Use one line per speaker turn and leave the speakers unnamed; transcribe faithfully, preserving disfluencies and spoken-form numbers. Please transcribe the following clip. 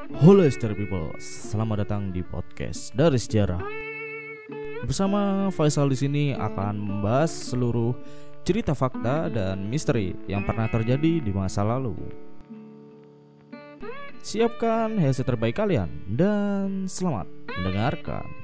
Halo History People, selamat datang di podcast dari sejarah. Bersama Faisal di sini akan membahas seluruh cerita fakta dan misteri yang pernah terjadi di masa lalu. Siapkan headset terbaik kalian dan selamat mendengarkan.